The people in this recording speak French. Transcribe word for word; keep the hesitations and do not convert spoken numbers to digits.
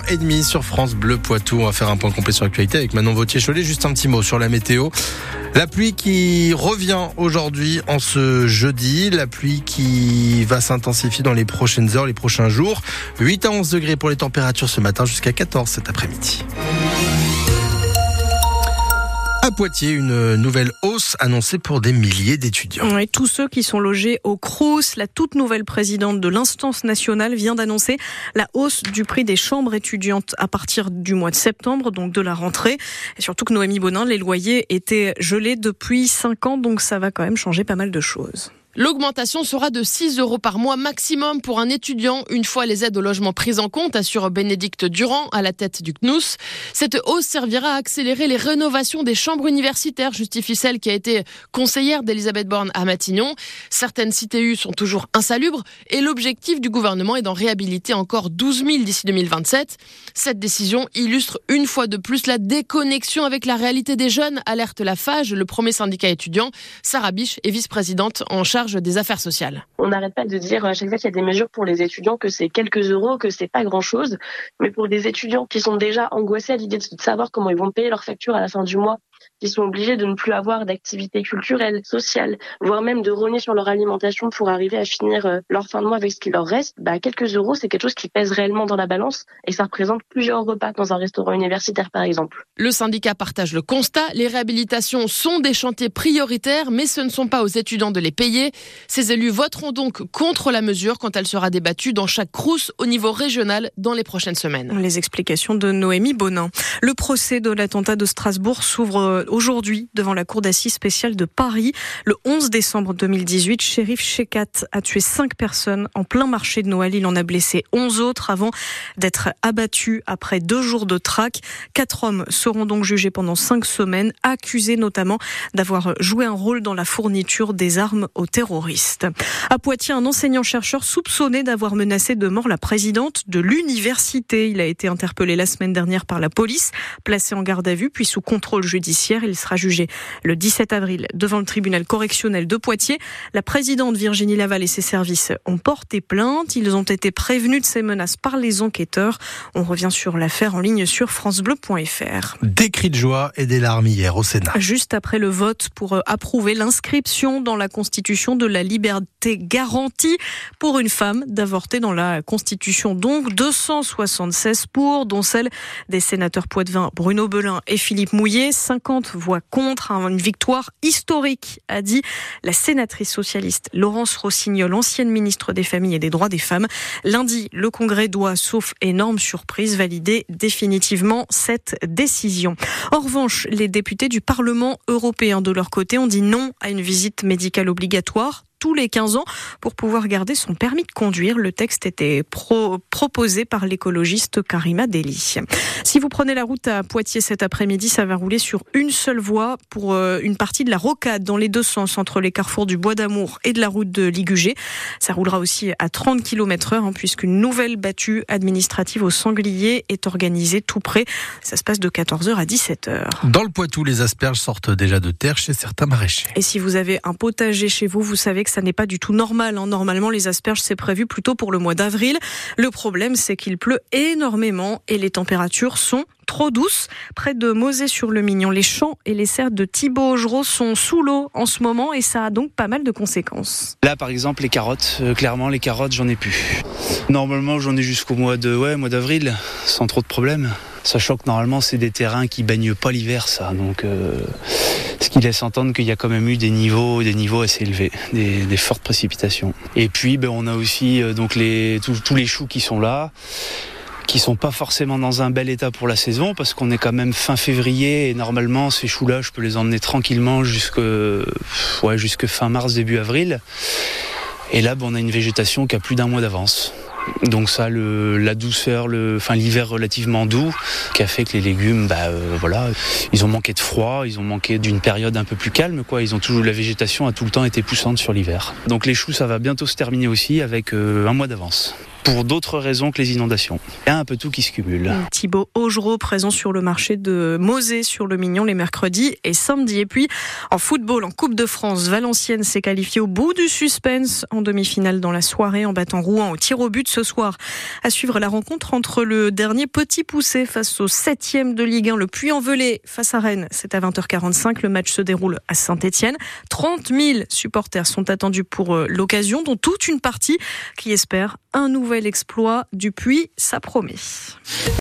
trente sur France Bleu Poitou. On va faire un point complet sur l'actualité avec Manon Vautier-Cholet. Juste un petit mot sur la météo. La pluie qui revient aujourd'hui en ce jeudi. La pluie qui va s'intensifier dans les prochaines heures, les prochains jours. huit à onze degrés pour les températures ce matin, jusqu'à quatorze cet après-midi. À Poitiers, une nouvelle hausse annoncée pour des milliers d'étudiants. Oui, tous ceux qui sont logés au Crous, la toute nouvelle présidente de l'instance nationale vient d'annoncer la hausse du prix des chambres étudiantes à partir du mois de septembre, donc de la rentrée. Et surtout que Noémie Bonin, les loyers étaient gelés depuis cinq ans, donc ça va quand même changer pas mal de choses. L'augmentation sera de six euros par mois maximum pour un étudiant, une fois les aides au logement prises en compte, assure Bénédicte Durand à la tête du C N U S. Cette hausse servira à accélérer les rénovations des chambres universitaires, justifie celle qui a été conseillère d'Elisabeth Borne à Matignon. Certaines C T U sont toujours insalubres et l'objectif du gouvernement est d'en réhabiliter encore douze mille d'ici deux mille vingt-sept. Cette décision illustre une fois de plus la déconnexion avec la réalité des jeunes, alerte la Fage, le premier syndicat étudiant. Sarah Biche est vice-présidente en charge des affaires sociales. On n'arrête pas de dire à chaque fois qu'il y a des mesures pour les étudiants que c'est quelques euros, que c'est pas grand-chose, mais pour des étudiants qui sont déjà angoissés à l'idée de savoir comment ils vont payer leurs factures à la fin du mois, qui sont obligés de ne plus avoir d'activités culturelles, sociales, voire même de rogner sur leur alimentation pour arriver à finir leur fin de mois avec ce qui leur reste, bah quelques euros, c'est quelque chose qui pèse réellement dans la balance et ça représente plusieurs repas dans un restaurant universitaire par exemple. Le syndicat partage le constat, les réhabilitations sont des chantiers prioritaires, mais ce ne sont pas aux étudiants de les payer. Ces élus voteront donc contre la mesure quand elle sera débattue dans chaque Crous au niveau régional dans les prochaines semaines. Les explications de Noémie Bonin. Le procès de l'attentat de Strasbourg s'ouvre aujourd'hui devant la cour d'assises spéciale de Paris. Le onze décembre deux mille dix-huit, Cherif Chekhat a tué cinq personnes en plein marché de Noël. Il en a blessé onze autres avant d'être abattu après deux jours de traque. Quatre hommes seront donc jugés pendant cinq semaines, accusés notamment d'avoir joué un rôle dans la fourniture des armes aux terroristes. À Poitiers, un enseignant-chercheur soupçonné d'avoir menacé de mort la présidente de l'université. Il a été interpellé la semaine dernière par la police, placé en garde à vue puis sous contrôle judiciaire. Il sera jugé le dix-sept avril devant le tribunal correctionnel de Poitiers. La présidente Virginie Laval et ses services ont porté plainte. Ils ont été prévenus de ces menaces par les enquêteurs. On revient sur l'affaire en ligne sur francebleu point f r. Des cris de joie et des larmes hier au Sénat. Juste après le vote pour approuver l'inscription dans la Constitution de la liberté garantie pour une femme d'avorter dans la Constitution. Donc deux cent soixante-seize pour, dont celle des sénateurs poitevins Bruno Belin et Philippe Mouillet. cinquante voix contre, une victoire historique, a dit la sénatrice socialiste Laurence Rossignol, ancienne ministre des Familles et des Droits des Femmes. Lundi, le Congrès doit, sauf énorme surprise, valider définitivement cette décision. En revanche, les députés du Parlement européen, de leur côté, ont dit non à une visite médicale obligatoire tous les quinze ans pour pouvoir garder son permis de conduire. Le texte était pro- proposé par l'écologiste Karima Deli. Si vous prenez la route à Poitiers cet après-midi, ça va rouler sur une seule voie pour euh, une partie de la rocade dans les deux sens entre les carrefours du Bois d'Amour et de la route de Ligugé. Ça roulera aussi à trente kilomètres heure hein, puisqu'une nouvelle battue administrative au sanglier est organisée tout près. Ça se passe de quatorze heures à dix-sept heures. Dans le Poitou, les asperges sortent déjà de terre chez certains maraîchers. Et si vous avez un potager chez vous, vous savez que ça n'est pas du tout normal. Hein. Normalement, les asperges, c'est prévu plutôt pour le mois d'avril. Le problème, c'est qu'il pleut énormément et les températures sont trop douces. Près de Mosée-sur-le-Mignon, les champs et les serres de Thibaut-Augereau sont sous l'eau en ce moment et ça a donc pas mal de conséquences. Là, par exemple, les carottes, euh, clairement, les carottes, j'en ai plus. Normalement, j'en ai jusqu'au mois de, ouais, mois d'avril, sans trop de problèmes. Sachant que normalement, c'est des terrains qui baignent pas l'hiver, ça. Donc, euh, ce qui laisse entendre qu'il y a quand même eu des niveaux, des niveaux assez élevés, des, des fortes précipitations. Et puis, ben, on a aussi euh, donc les, tous, tous les choux qui sont là, qui sont pas forcément dans un bel état pour la saison, parce qu'on est quand même fin février et normalement, ces choux-là, je peux les emmener tranquillement jusque, ouais, jusque fin mars, début avril. Et là, ben, on a une végétation qui a plus d'un mois d'avance. Donc ça, le, la douceur, le, enfin l'hiver relativement doux, qui a fait que les légumes, bah euh, voilà, ils ont manqué de froid, ils ont manqué d'une période un peu plus calme, quoi. Ils ont toujours, la végétation a tout le temps été poussante sur l'hiver. Donc les choux, ça va bientôt se terminer aussi avec euh, un mois d'avance. pour d'autres raisons que les inondations. Il y a un peu tout qui se cumule. Thibaut Augereau, présent sur le marché de Mosée sur le Mignon les mercredis et samedis. Et puis en football, en Coupe de France, Valenciennes s'est qualifiée au bout du suspense en demi-finale dans la soirée en battant Rouen au tir au but ce soir. À suivre la rencontre entre le dernier Petit Poucet face au septième de Ligue un, le Puy-en-Velay face à Rennes. C'est à vingt heures quarante-cinq. Le match se déroule à Saint-Étienne. trente mille supporters sont attendus pour l'occasion, dont toute une partie qui espère un nouvel exploit du Puy, ça promet.